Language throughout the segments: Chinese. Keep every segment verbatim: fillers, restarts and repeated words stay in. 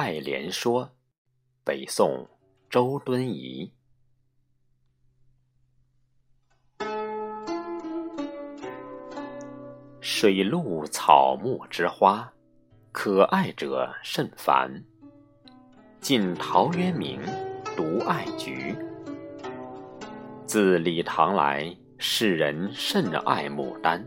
爱莲说》，北宋周敦颐。水陆草木之花，可爱者甚蕃。晋陶渊明独爱菊。自李唐来，世人甚爱牡丹。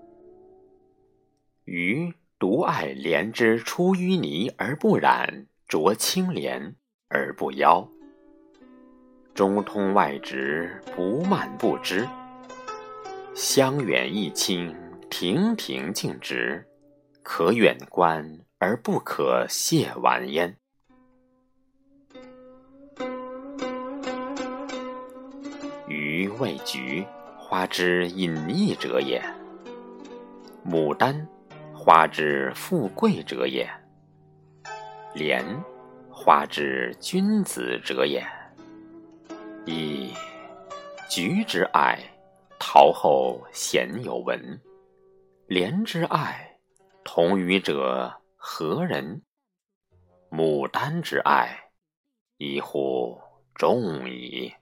余独爱莲之出淤泥而不染，濯清涟而不妖。中通外直，不蔓不枝。香远益清，亭亭净植，可远观而不可亵玩焉。余谓菊，花之隐逸者也；牡丹，花之富贵者也；莲，花之君子者也。噫！菊之爱，陶后鲜有闻；莲之爱，同予者何人？牡丹之爱，一乎众矣。